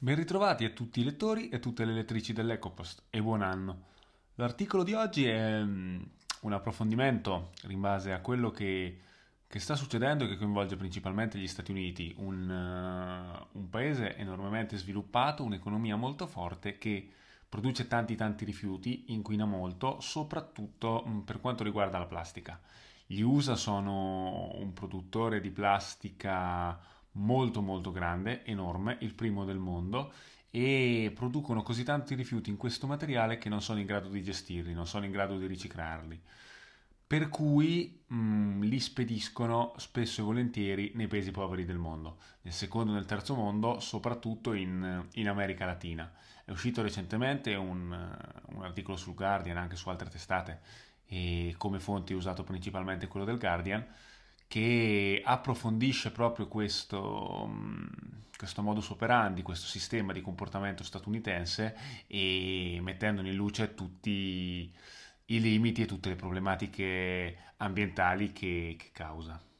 Ben ritrovati a tutti i lettori e tutte le lettrici dell'EcoPost e buon anno. L'articolo di oggi è un approfondimento in base a quello che sta succedendo e che coinvolge principalmente gli Stati Uniti, un paese enormemente sviluppato, un'economia molto forte che produce tanti rifiuti, inquina molto, soprattutto per quanto riguarda la plastica. Gli USA sono un produttore di plastica molto grande, enorme, il primo del mondo e producono così tanti rifiuti in questo materiale che non sono in grado di gestirli, non sono in grado di riciclarli. Per cui li spediscono spesso e volentieri nei paesi poveri del mondo, nel secondo e nel terzo mondo, soprattutto in America Latina. È uscito recentemente un articolo sul Guardian, anche su altre testate, e come fonte ho usato principalmente quello del Guardian, che approfondisce proprio questo modus operandi, questo sistema di comportamento statunitense e mettendone in luce tutti i limiti e tutte le problematiche ambientali che causa.